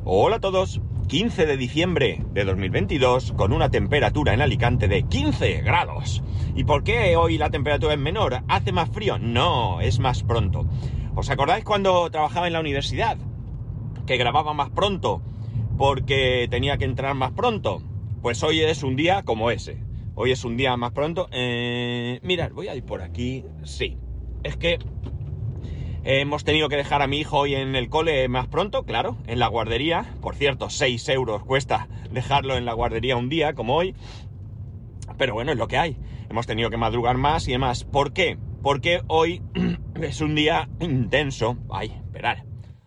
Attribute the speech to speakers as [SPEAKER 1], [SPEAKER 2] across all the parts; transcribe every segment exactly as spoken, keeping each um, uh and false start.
[SPEAKER 1] Hola a todos, quince de diciembre de dos mil veintidós con una temperatura en Alicante de quince grados. ¿Y por qué hoy la temperatura es menor? ¿Hace más frío? No, es más pronto. ¿Os acordáis cuando trabajaba en la universidad? Que grababa más pronto porque tenía que entrar más pronto. Pues hoy es un día como ese. Hoy es un día más pronto. Eh, mirad, voy a ir por aquí. Sí, es que hemos tenido que dejar a mi hijo hoy en el cole más pronto, claro, en la guardería. Por cierto, seis euros cuesta dejarlo en la guardería un día, como hoy. Pero bueno, es lo que hay. Hemos tenido que madrugar más y demás. ¿Por qué? Porque hoy es un día intenso. Ay, esperad.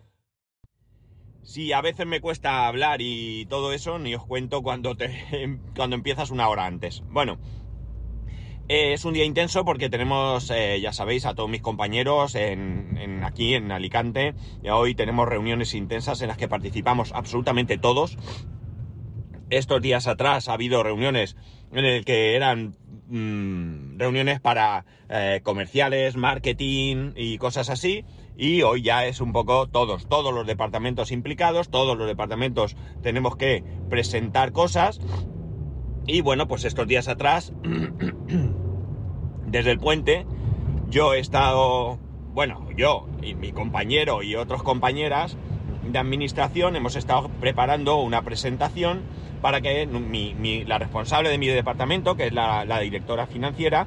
[SPEAKER 1] Si a veces me cuesta hablar y todo eso, ni os cuento cuando, te, cuando empiezas una hora antes. Bueno. Eh, es un día intenso porque tenemos, eh, ya sabéis, a todos mis compañeros en, en aquí en Alicante. Y hoy tenemos reuniones intensas en las que participamos absolutamente todos. Estos días atrás ha habido reuniones en las que eran mmm, reuniones para eh, comerciales, marketing y cosas así. Y hoy ya es un poco todos, todos los departamentos implicados, todos los departamentos tenemos que presentar cosas. Y bueno, pues estos días atrás, desde el puente, yo he estado, bueno, yo y mi compañero y otras compañeras de administración hemos estado preparando una presentación para que mi, mi, la responsable de mi departamento, que es la, la directora financiera,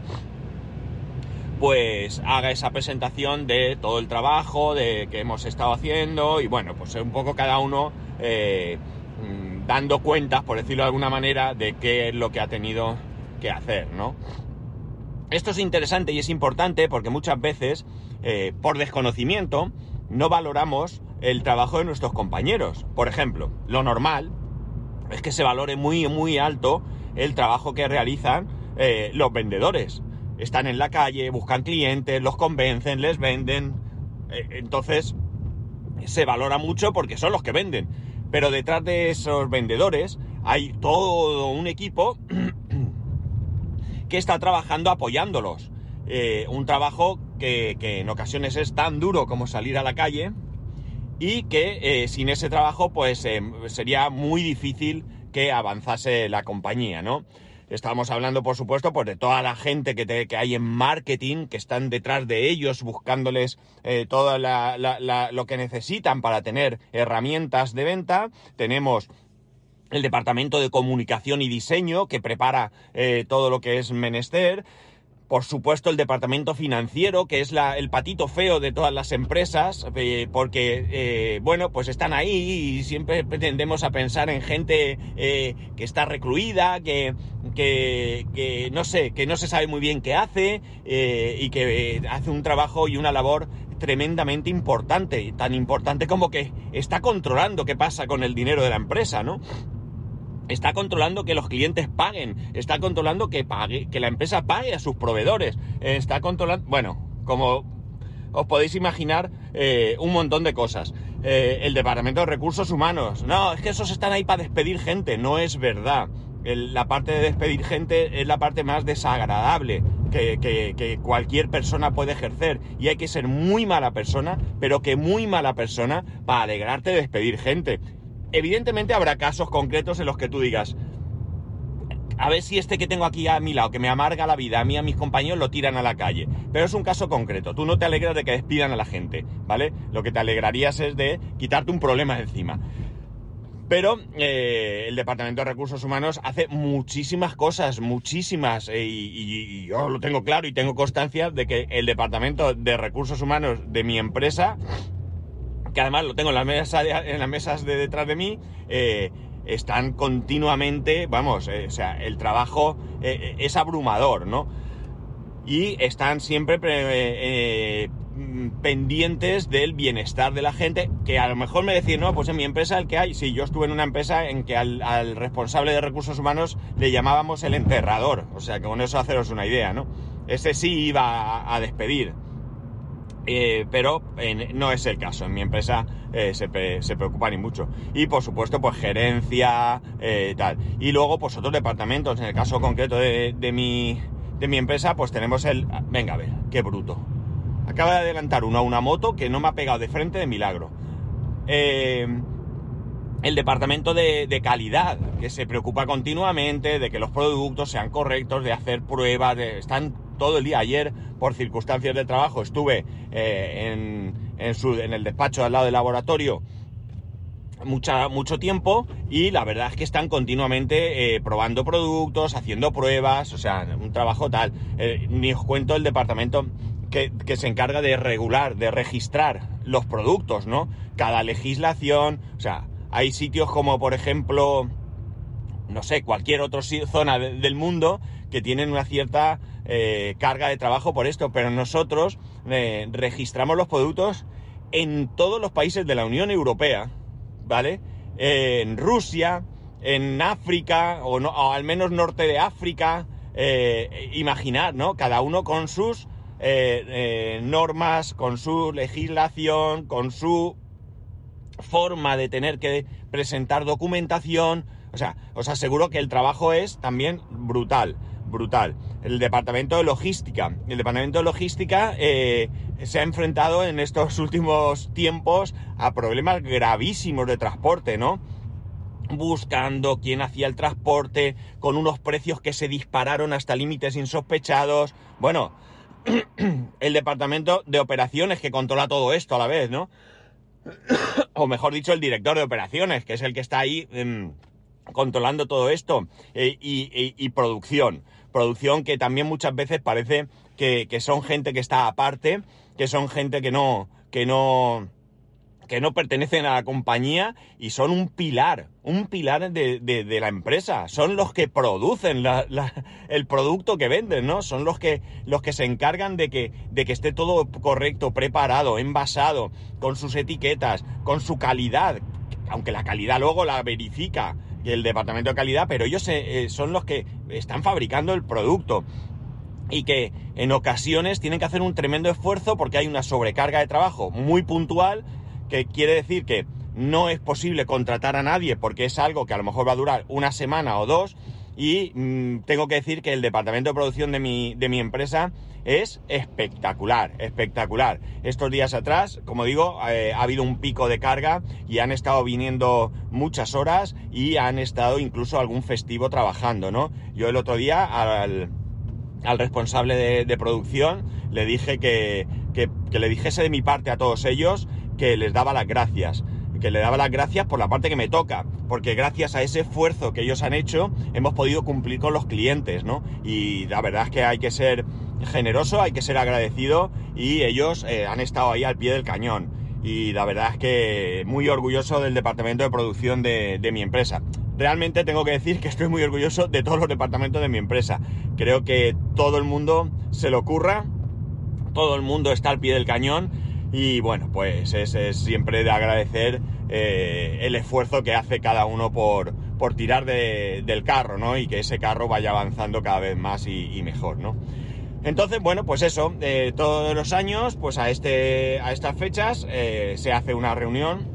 [SPEAKER 1] pues haga esa presentación de todo el trabajo de que hemos estado haciendo y bueno, pues un poco cada uno eh, dando cuentas, por decirlo de alguna manera, de qué es lo que ha tenido que hacer, ¿no? Esto es interesante y es importante porque muchas veces, eh, por desconocimiento, no valoramos el trabajo de nuestros compañeros. Por ejemplo, lo normal es que se valore muy, muy alto el trabajo que realizan eh, los vendedores. Están en la calle, buscan clientes, los convencen, les venden. Eh, entonces, se valora mucho porque son los que venden. Pero detrás de esos vendedores hay todo un equipo que está trabajando apoyándolos. Eh, un trabajo que, que en ocasiones es tan duro como salir a la calle y que eh, sin ese trabajo pues eh, sería muy difícil que avanzase la compañía, ¿no? Estamos hablando, por supuesto, pues de toda la gente que, te, que hay en marketing, que están detrás de ellos buscándoles eh, todo la, la, la, lo que necesitan para tener herramientas de venta. Tenemos el departamento de comunicación y diseño que prepara eh, todo lo que es menester. Por supuesto, el departamento financiero, que es la, el patito feo de todas las empresas, eh, porque, eh, bueno, pues están ahí y siempre tendemos a pensar en gente eh, que está recluida, que, que, que, no sé, que no se sabe muy bien qué hace eh, y que eh, hace un trabajo y una labor tremendamente importante, tan importante como que está controlando qué pasa con el dinero de la empresa, ¿no? Está controlando que los clientes paguen, está controlando que pague, que la empresa pague a sus proveedores, está controlando, bueno, como os podéis imaginar, eh, un montón de cosas. Eh, el departamento de recursos humanos, no, es que esos están ahí para despedir gente, no es verdad. El, la parte de despedir gente es la parte más desagradable que, que, que cualquier persona puede ejercer y hay que ser muy mala persona, pero que muy mala persona para alegrarte de despedir gente. Evidentemente habrá casos concretos en los que tú digas, a ver si este que tengo aquí a mi lado, que me amarga la vida, a mí y a mis compañeros lo tiran a la calle. Pero es un caso concreto, tú no te alegras de que despidan a la gente, ¿vale? Lo que te alegrarías es de quitarte un problema de encima. Pero eh, el Departamento de Recursos Humanos hace muchísimas cosas, muchísimas, eh, y, y, y yo lo tengo claro y tengo constancia de que el Departamento de Recursos Humanos de mi empresa, que además lo tengo en, la mesa de, en las mesas de detrás de mí, eh, están continuamente, vamos, eh, o sea, el trabajo eh, es abrumador, ¿no? Y están siempre eh, eh, pendientes del bienestar de la gente, que a lo mejor me decís, no, pues en mi empresa el que hay, sí, yo estuve en una empresa en que al, al responsable de recursos humanos le llamábamos el enterrador, o sea, que con eso haceros una idea, ¿no? Ese sí iba a, a despedir. Eh, pero eh, no es el caso. En mi empresa eh, se, se preocupan y mucho. Y por supuesto, pues gerencia, eh, tal. Y luego, pues otros departamentos. En el caso concreto de, de, mi, de mi empresa, pues tenemos el... Venga, a ver, qué bruto. Acaba de adelantar uno a una moto que no me ha pegado de frente de milagro. Eh, el departamento de, de calidad, que se preocupa continuamente de que los productos sean correctos, de hacer pruebas, de, están todo el día. Ayer, por circunstancias de trabajo, estuve eh, en, en, su, en el despacho al lado del laboratorio mucha, mucho tiempo, y la verdad es que están continuamente eh, probando productos, haciendo pruebas, o sea, un trabajo tal. Eh, ni os cuento el departamento que, que se encarga de regular, de registrar los productos, ¿no? Cada legislación, o sea, hay sitios como, por ejemplo, no sé, cualquier otra zona de, del mundo que tienen una cierta eh, carga de trabajo por esto, pero nosotros eh, registramos los productos en todos los países de la Unión Europea, ¿vale? Eh, en Rusia, en África, o, no, o al menos norte de África, eh, imaginar, ¿no? Cada uno con sus eh, eh, normas, con su legislación, con su forma de tener que presentar documentación. O sea, os aseguro que el trabajo es también brutal, brutal. El departamento de logística, el departamento de logística eh, se ha enfrentado en estos últimos tiempos a problemas gravísimos de transporte, ¿no? Buscando quién hacía el transporte, con unos precios que se dispararon hasta límites insospechados. Bueno, el departamento de operaciones que controla todo esto a la vez, ¿no? O mejor dicho, el director de operaciones, que es el que está ahí eh, controlando todo esto, eh, y, y, y producción. Producción que también muchas veces parece que, que son gente que está aparte, que son gente que no, que no, que no pertenecen a la compañía y son un pilar, un pilar de, de, de la empresa. Son los que producen la, la, el producto que venden, ¿no? Son los que, los que se encargan de que, de que esté todo correcto, preparado, envasado, con sus etiquetas, con su calidad, aunque la calidad luego la verifica el departamento de calidad, pero ellos eh, son los que están fabricando el producto. Y que en ocasiones tienen que hacer un tremendo esfuerzo porque hay una sobrecarga de trabajo muy puntual, que quiere decir que no es posible contratar a nadie porque es algo que a lo mejor va a durar una semana o dos, y mmm, tengo que decir que el departamento de producción de mi, de mi empresa es espectacular, espectacular. Estos días atrás, como digo, eh, ha habido un pico de carga y han estado viniendo muchas horas y han estado incluso algún festivo trabajando, ¿no? Yo el otro día al... al responsable de, de producción le dije que, que, que le dijese de mi parte a todos ellos que les daba las gracias, que le daba las gracias por la parte que me toca, porque gracias a ese esfuerzo que ellos han hecho hemos podido cumplir con los clientes, ¿no? Y la verdad es que hay que ser generoso, hay que ser agradecido, y ellos eh, han estado ahí al pie del cañón, y la verdad es que muy orgulloso del departamento de producción de, de mi empresa. Realmente tengo que decir que estoy muy orgulloso de todos los departamentos de mi empresa. Creo que todo el mundo se lo curra, todo el mundo está al pie del cañón, y bueno, pues es, es siempre de agradecer eh, el esfuerzo que hace cada uno por, por tirar de, del carro, ¿no? Y que ese carro vaya avanzando cada vez más y, y mejor, ¿no? Entonces, bueno, pues eso, eh, todos los años, pues a, este, a estas fechas eh, se hace una reunión,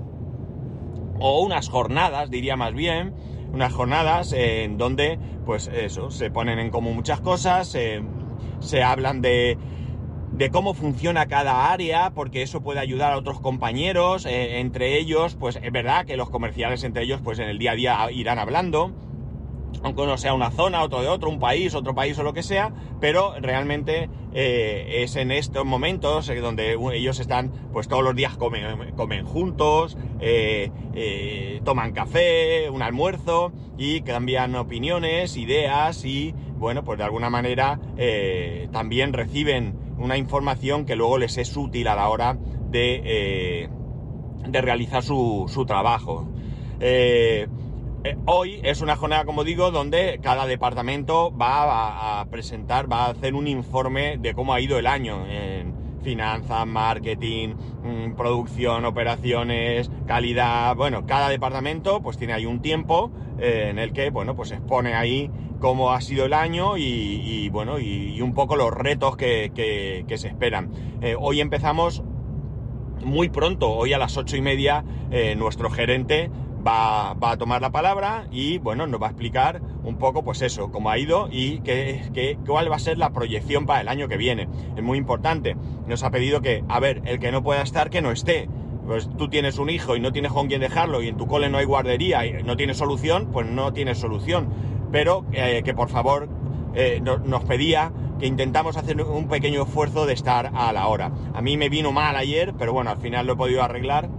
[SPEAKER 1] o unas jornadas, diría más bien, unas jornadas eh, en donde, pues eso, se ponen en común muchas cosas, eh, se hablan de, de cómo funciona cada área, porque eso puede ayudar a otros compañeros, eh, entre ellos, pues es verdad que los comerciales entre ellos, pues en el día a día irán hablando, aunque uno sea una zona, otro de otro, un país, otro país o lo que sea, pero realmente eh, es en estos momentos eh, donde ellos están, pues todos los días comen, comen juntos, eh, eh, toman café, un almuerzo, y cambian opiniones, ideas, y bueno, pues de alguna manera eh, también reciben una información que luego les es útil a la hora de, eh, de realizar su, su trabajo. Eh, Eh, hoy es una jornada, como digo, donde cada departamento va a, a presentar, va a hacer un informe de cómo ha ido el año en finanzas, marketing, mmm, producción, operaciones, calidad. Bueno, cada departamento pues tiene ahí un tiempo eh, en el que, bueno, pues expone ahí cómo ha sido el año y, y bueno, y, y un poco los retos que, que, que se esperan. Eh, hoy empezamos muy pronto, hoy a las ocho y media, eh, nuestro gerente Va, va a tomar la palabra y bueno, nos va a explicar un poco pues eso, cómo ha ido y qué, qué, cuál va a ser la proyección para el año que viene. Es muy importante. Nos ha pedido que, a ver, el que no pueda estar, que no esté. pues tú tienes un hijo y no tienes con quién dejarlo y en tu cole no hay guardería y no tienes solución, pues no tienes solución. Pero eh, que por favor eh, no, nos pedía que intentamos hacer un pequeño esfuerzo de estar a la hora. A mí me vino mal ayer, pero bueno, al final lo he podido arreglar.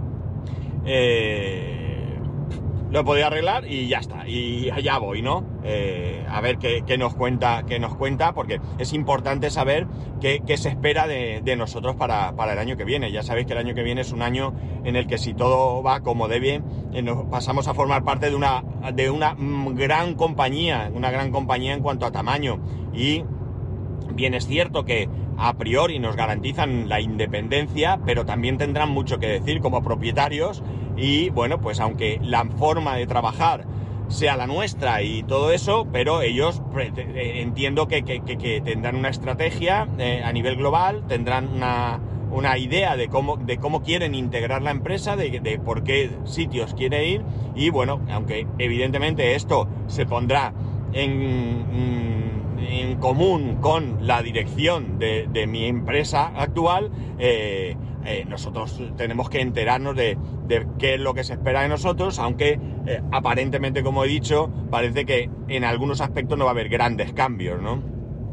[SPEAKER 1] Eh, lo he podido arreglar y ya está. Y allá voy, ¿no? Eh, a ver qué, qué nos cuenta, qué nos cuenta, porque es importante saber qué, qué se espera de, de nosotros para, para el año que viene. Ya sabéis que el año que viene es un año en el que si todo va como debe, eh, nos pasamos a formar parte de una, de una gran compañía, una gran compañía en cuanto a tamaño. Y bien es cierto que a priori nos garantizan la independencia, pero también tendrán mucho que decir como propietarios y bueno, pues aunque la forma de trabajar sea la nuestra y todo eso, pero ellos entiendo que, que, que, que tendrán una estrategia eh, a nivel global, tendrán una, una idea de cómo, de cómo quieren integrar la empresa, de, de por qué sitios quiere ir y bueno, aunque evidentemente esto se pondrá en... en común con la dirección de, de mi empresa actual, eh, eh, nosotros tenemos que enterarnos de, de qué es lo que se espera de nosotros, aunque eh, aparentemente, como he dicho, parece que en algunos aspectos no va a haber grandes cambios, ¿no?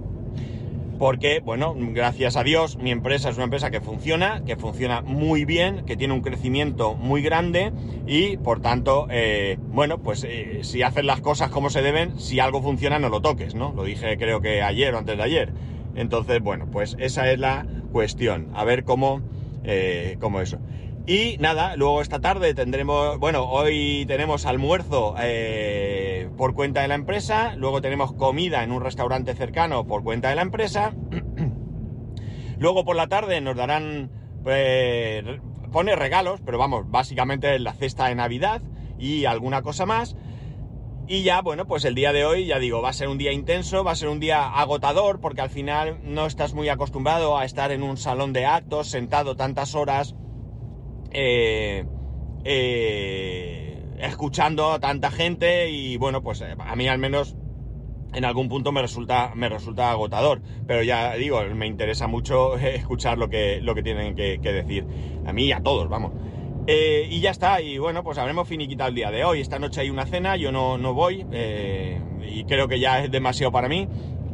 [SPEAKER 1] Porque, bueno, gracias a Dios, mi empresa es una empresa que funciona, que funciona muy bien, que tiene un crecimiento muy grande y, por tanto, eh, bueno, pues eh, si haces las cosas como se deben, si algo funciona no lo toques, ¿no? Lo dije creo que ayer o antes de ayer. Entonces, bueno, pues esa es la cuestión. A ver cómo, eh, cómo eso. Y nada, luego esta tarde tendremos, bueno, hoy tenemos almuerzo eh, por cuenta de la empresa, luego tenemos comida en un restaurante cercano por cuenta de la empresa, luego por la tarde nos darán, pues, pone regalos, pero vamos, básicamente la cesta de Navidad y alguna cosa más. Y ya, bueno, pues el día de hoy, ya digo, va a ser un día intenso, va a ser un día agotador, porque al final no estás muy acostumbrado a estar en un salón de actos, sentado tantas horas, Eh, eh, escuchando a tanta gente y bueno, pues a mí al menos en algún punto me resulta me resulta agotador, pero ya digo, me interesa mucho escuchar lo que, lo que tienen que, que decir a mí y a todos, vamos. Eh, y ya está, y bueno, pues habremos finiquitado el día de hoy. Esta noche hay una cena, yo no, no voy eh, y creo que ya es demasiado para mí.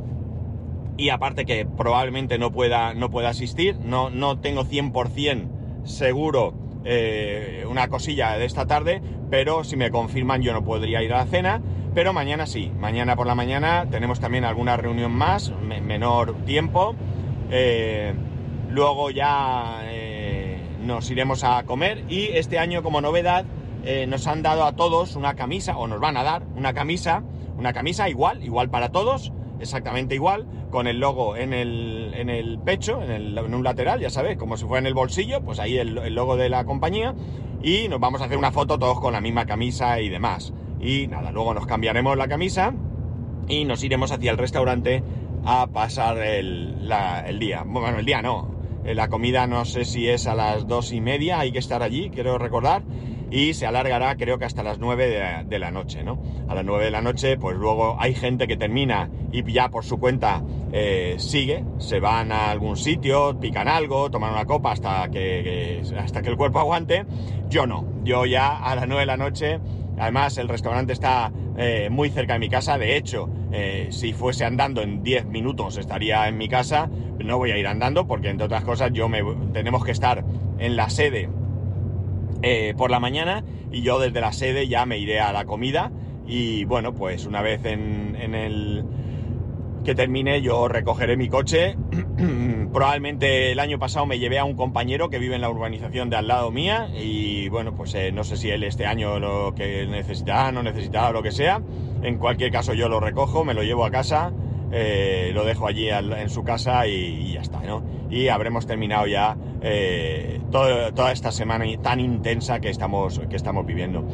[SPEAKER 1] Y aparte que probablemente no pueda, no pueda asistir, no, no tengo cien por ciento seguro eh, una cosilla de esta tarde, pero si me confirman yo no podría ir a la cena, pero mañana sí, mañana por la mañana tenemos también alguna reunión más, me, menor tiempo, eh, luego ya eh, nos iremos a comer y este año como novedad eh, nos han dado a todos una camisa, o nos van a dar una camisa, una camisa igual, igual para todos, exactamente igual, con el logo en el, en el pecho, en, el, en un lateral, ya sabes, como si fuera en el bolsillo, pues ahí el, el logo de la compañía, y nos vamos a hacer una foto todos con la misma camisa y demás. Y nada, luego nos cambiaremos la camisa y nos iremos hacia el restaurante a pasar el, la, el día. Bueno, el día no, la comida no sé si es a las dos y media, hay que estar allí, quiero recordar, y se alargará creo que hasta las nueve de la, de la noche, ¿no? A las nueve de la noche, pues luego hay gente que termina y ya por su cuenta eh, sigue, se van a algún sitio, pican algo, toman una copa hasta que, que, hasta que el cuerpo aguante. Yo no, yo ya a las nueve de la noche, además el restaurante está eh, muy cerca de mi casa, de hecho, eh, si fuese andando en diez minutos estaría en mi casa, no voy a ir andando porque entre otras cosas yo me, tenemos que estar en la sede Eh, por la mañana y yo desde la sede ya me iré a la comida y bueno, pues una vez en, en el que termine yo recogeré mi coche. Probablemente el año pasado me llevé a un compañero que vive en la urbanización de al lado mía y bueno, pues eh, no sé si él este año lo que necesitará, no necesitará, lo que sea. En cualquier caso yo lo recojo, me lo llevo a casa, eh, lo dejo allí al, en su casa y, y ya está, ¿no? Y habremos terminado ya eh, todo, toda esta semana tan intensa que estamos, que estamos viviendo.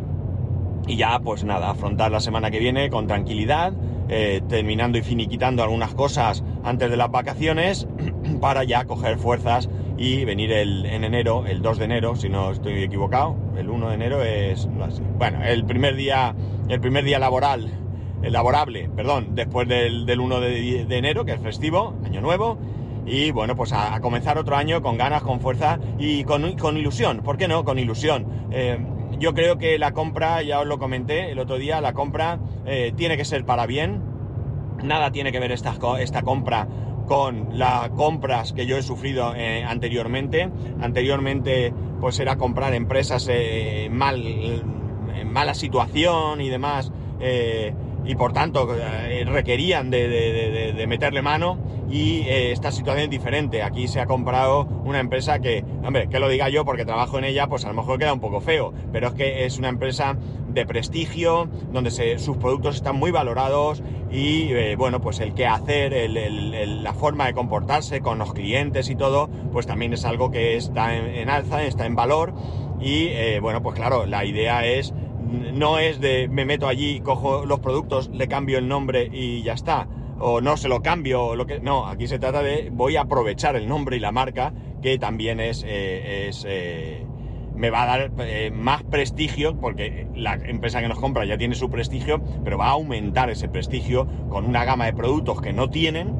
[SPEAKER 1] Y ya, pues nada, afrontar la semana que viene con tranquilidad, eh, terminando y finiquitando algunas cosas antes de las vacaciones para ya coger fuerzas y venir el, en enero, el dos de enero, si no estoy equivocado, el uno de enero es, no sé, bueno, el primer día, el primer día laboral, el laborable, perdón, después del, del uno de, de enero, que es festivo, año nuevo. y bueno, pues a, a comenzar otro año con ganas, con fuerza y con, con ilusión. ¿Por qué no? Con ilusión. Eh, yo creo que la compra, ya os lo comenté el otro día, la compra eh, tiene que ser para bien. Nada tiene que ver esta, esta compra con las compras que yo he sufrido eh, anteriormente. Anteriormente pues era comprar empresas eh, mal, en mala situación y demás, eh, y por tanto eh, requerían de, de, de, de meterle mano, y eh, esta situación es diferente. Aquí se ha comprado una empresa que, hombre, que lo diga yo porque trabajo en ella, pues a lo mejor queda un poco feo, pero es que es una empresa de prestigio, donde se, sus productos están muy valorados y eh, bueno, pues el qué hacer, el, el, el, la forma de comportarse con los clientes y todo, pues también es algo que está en, en alza, está en valor, y eh, bueno, pues claro, la idea es, no es de me meto allí, cojo los productos, le cambio el nombre y ya está, o no se lo cambio, lo que no, aquí se trata de voy a aprovechar el nombre y la marca, que también es, eh, es eh, me va a dar eh, más prestigio, porque la empresa que nos compra ya tiene su prestigio, pero va a aumentar ese prestigio con una gama de productos que no tienen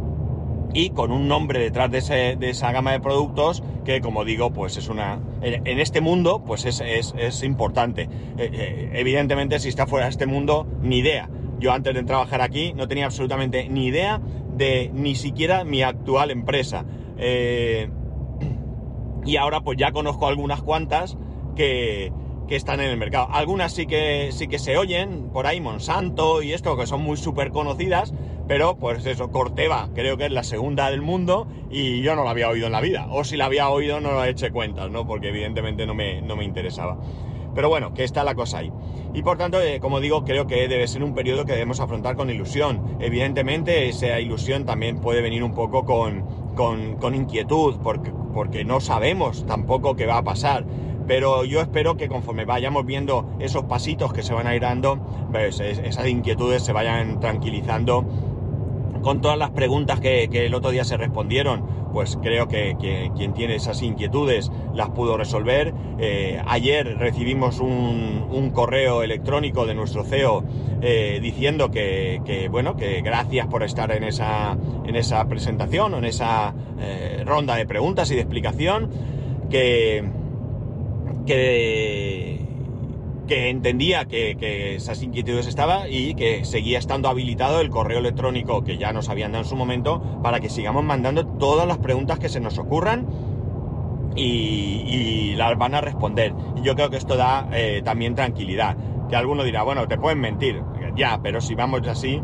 [SPEAKER 1] y con un nombre detrás de, ese, de esa gama de productos que, como digo, pues es una... En, en este mundo, pues es, es, es importante. Eh, eh, evidentemente, si está fuera de este mundo, ni idea. Yo antes de trabajar aquí no tenía absolutamente ni idea de ni siquiera mi actual empresa. Eh, y ahora pues ya conozco algunas cuantas que, que están en el mercado. Algunas sí que, sí que se oyen por ahí, Monsanto y esto, que son muy súper conocidas, pero pues eso, Corteva creo que es la segunda del mundo y yo no la había oído en la vida. O si la había oído no lo eché cuentas, ¿no? Porque evidentemente no me, no me interesaba. Pero bueno, que está la cosa ahí. Y por tanto, eh, como digo, creo que debe ser un periodo que debemos afrontar con ilusión. Evidentemente, esa ilusión también puede venir un poco con, con, con inquietud, porque, porque no sabemos tampoco qué va a pasar. Pero yo espero que conforme vayamos viendo esos pasitos que se van a ir dando, pues esas inquietudes se vayan tranquilizando. Con todas las preguntas que, que el otro día se respondieron, pues creo que, que quien tiene esas inquietudes las pudo resolver. Eh, ayer recibimos un, un correo electrónico de nuestro C E O eh, diciendo que, que, bueno, que gracias por estar en esa, en esa presentación o en esa eh, ronda de preguntas y de explicación, que, que que entendía que, que esas inquietudes estaban y que seguía estando habilitado el correo electrónico que ya nos habían dado en su momento para que sigamos mandando todas las preguntas que se nos ocurran y, y las van a responder. Y yo creo que esto da eh, también tranquilidad. Que alguno dirá, bueno, te pueden mentir. Ya, pero si vamos así,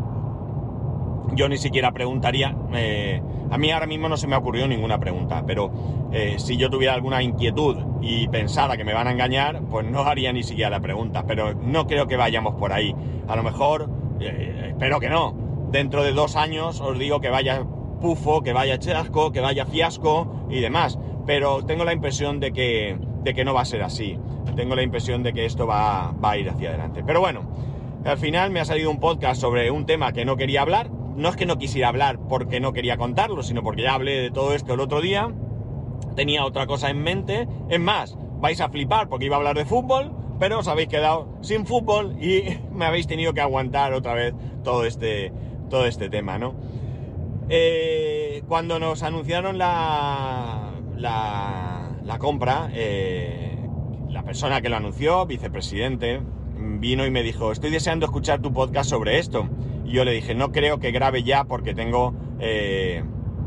[SPEAKER 1] yo ni siquiera preguntaría. Eh, a mí ahora mismo no se me ha ocurrido ninguna pregunta, pero eh, si yo tuviera alguna inquietud y pensara que me van a engañar, pues no haría ni siquiera la pregunta. Pero no creo que vayamos por ahí. A lo mejor, eh, espero que no. Dentro de dos años os digo que vaya pufo, que vaya chasco, que vaya fiasco y demás. Pero tengo la impresión de que, de que no va a ser así. Tengo la impresión de que esto va, va a ir hacia adelante. Pero bueno, al final me ha salido un podcast sobre un tema que no quería hablar. No es que no quisiera hablar porque no quería contarlo, sino porque ya hablé de todo esto el otro día. Tenía otra cosa en mente. Es más, vais a flipar porque iba a hablar de fútbol, pero os habéis quedado sin fútbol y me habéis tenido que aguantar otra vez todo este, todo este tema, ¿no? Eh, cuando nos anunciaron la, la, la compra, eh, la persona que lo anunció, vicepresidente, vino y me dijo, estoy deseando escuchar tu podcast sobre esto. Y yo le dije, no creo que grabe ya porque tengo eh,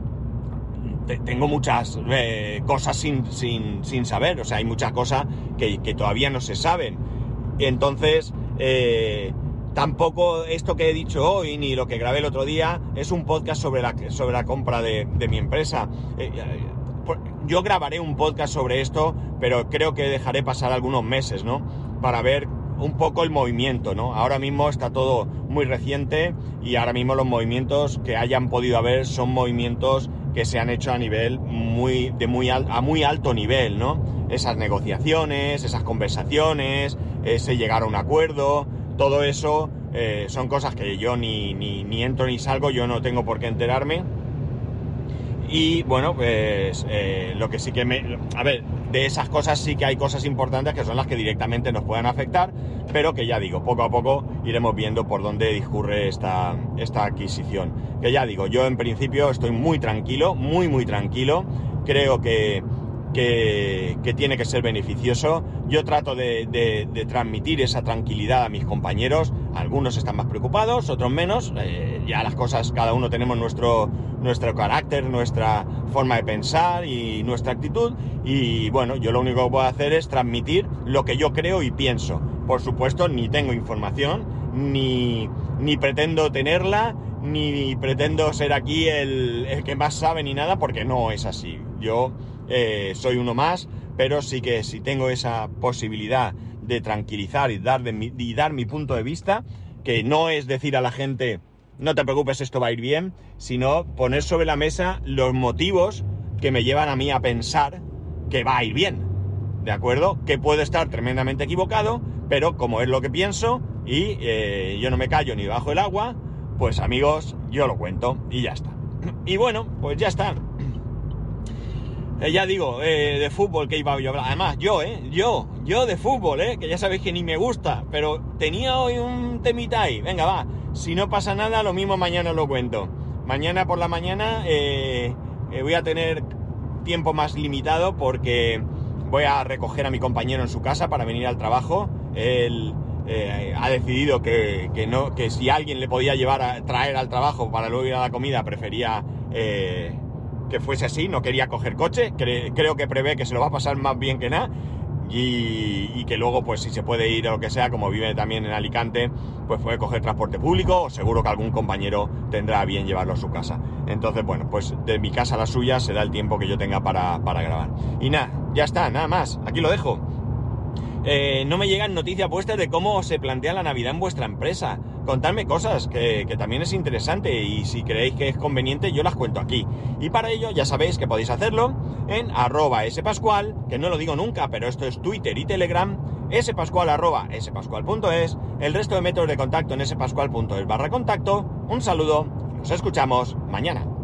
[SPEAKER 1] te, tengo muchas eh, cosas sin, sin, sin saber. O sea, hay muchas cosas que, que todavía no se saben. Entonces, eh, tampoco esto que he dicho hoy ni lo que grabé el otro día es un podcast sobre la, sobre la compra de, de mi empresa. Eh, yo grabaré un podcast sobre esto, pero creo que dejaré pasar algunos meses, ¿no? Para ver un poco el movimiento, ¿no? Ahora mismo está todo muy reciente y ahora mismo los movimientos que hayan podido haber son movimientos que se han hecho a nivel muy, de muy al, a muy alto nivel, ¿no? Esas negociaciones, esas conversaciones, ese llegar a un acuerdo, todo eso eh, son cosas que yo ni, ni, ni entro ni salgo, yo no tengo por qué enterarme. Y bueno, pues eh, lo que sí que me... A ver, de esas cosas sí que hay cosas importantes que son las que directamente nos puedan afectar, pero que ya digo, poco a poco iremos viendo por dónde discurre esta, esta adquisición. Que ya digo, yo en principio estoy muy tranquilo, muy muy tranquilo, creo que, que, que tiene que ser beneficioso. Yo trato de, de, de transmitir esa tranquilidad a mis compañeros, algunos están más preocupados, otros menos, eh, ya las cosas, cada uno tenemos nuestro, nuestro carácter, nuestra forma de pensar y nuestra actitud, y bueno, yo lo único que puedo hacer es transmitir lo que yo creo y pienso. Por supuesto, ni tengo información, ni, ni pretendo tenerla, ni pretendo ser aquí el, el que más sabe ni nada, porque no es así. Yo eh, soy uno más, pero sí que si tengo esa posibilidad de tranquilizar y dar, de mi, y dar mi punto de vista, que no es decir a la gente, no te preocupes, esto va a ir bien, sino poner sobre la mesa los motivos que me llevan a mí a pensar que va a ir bien, ¿de acuerdo? Que puedo estar tremendamente equivocado, pero como es lo que pienso y eh, yo no me callo ni bajo el agua, pues amigos, yo lo cuento y ya está. Y bueno, pues ya está. Eh, ya digo, eh, de fútbol que iba yo a hablar. Además, yo, eh, yo, yo de fútbol, eh, que ya sabéis que ni me gusta, pero tenía hoy un temita ahí. Venga, va, si no pasa nada, lo mismo mañana os lo cuento. Mañana por la mañana eh, eh, voy a tener tiempo más limitado porque voy a recoger a mi compañero en su casa para venir al trabajo. Él eh, ha decidido que, que, no, que si alguien le podía llevar a traer al trabajo para luego ir a la comida, prefería eh, que fuese así, no quería coger coche. Cre, creo que prevé que se lo va a pasar más bien que nada. Y, y que luego, pues si se puede ir o lo que sea, como vive también en Alicante, pues puede coger transporte público, o seguro que algún compañero tendrá a bien llevarlo a su casa. Entonces, bueno, pues de mi casa a la suya será el tiempo que yo tenga para, para grabar. Y nada, ya está, nada más, aquí lo dejo. Eh, no me llegan noticias vuestras de cómo se plantea la Navidad en vuestra empresa. Contadme cosas, que, que también es interesante, y si creéis que es conveniente yo las cuento aquí. Y para ello ya sabéis que podéis hacerlo en arroba spascual, que no lo digo nunca, pero esto es Twitter y Telegram, spascual arroba spascual.es, el resto de métodos de contacto en spascual.es barra contacto. Un saludo, nos escuchamos mañana.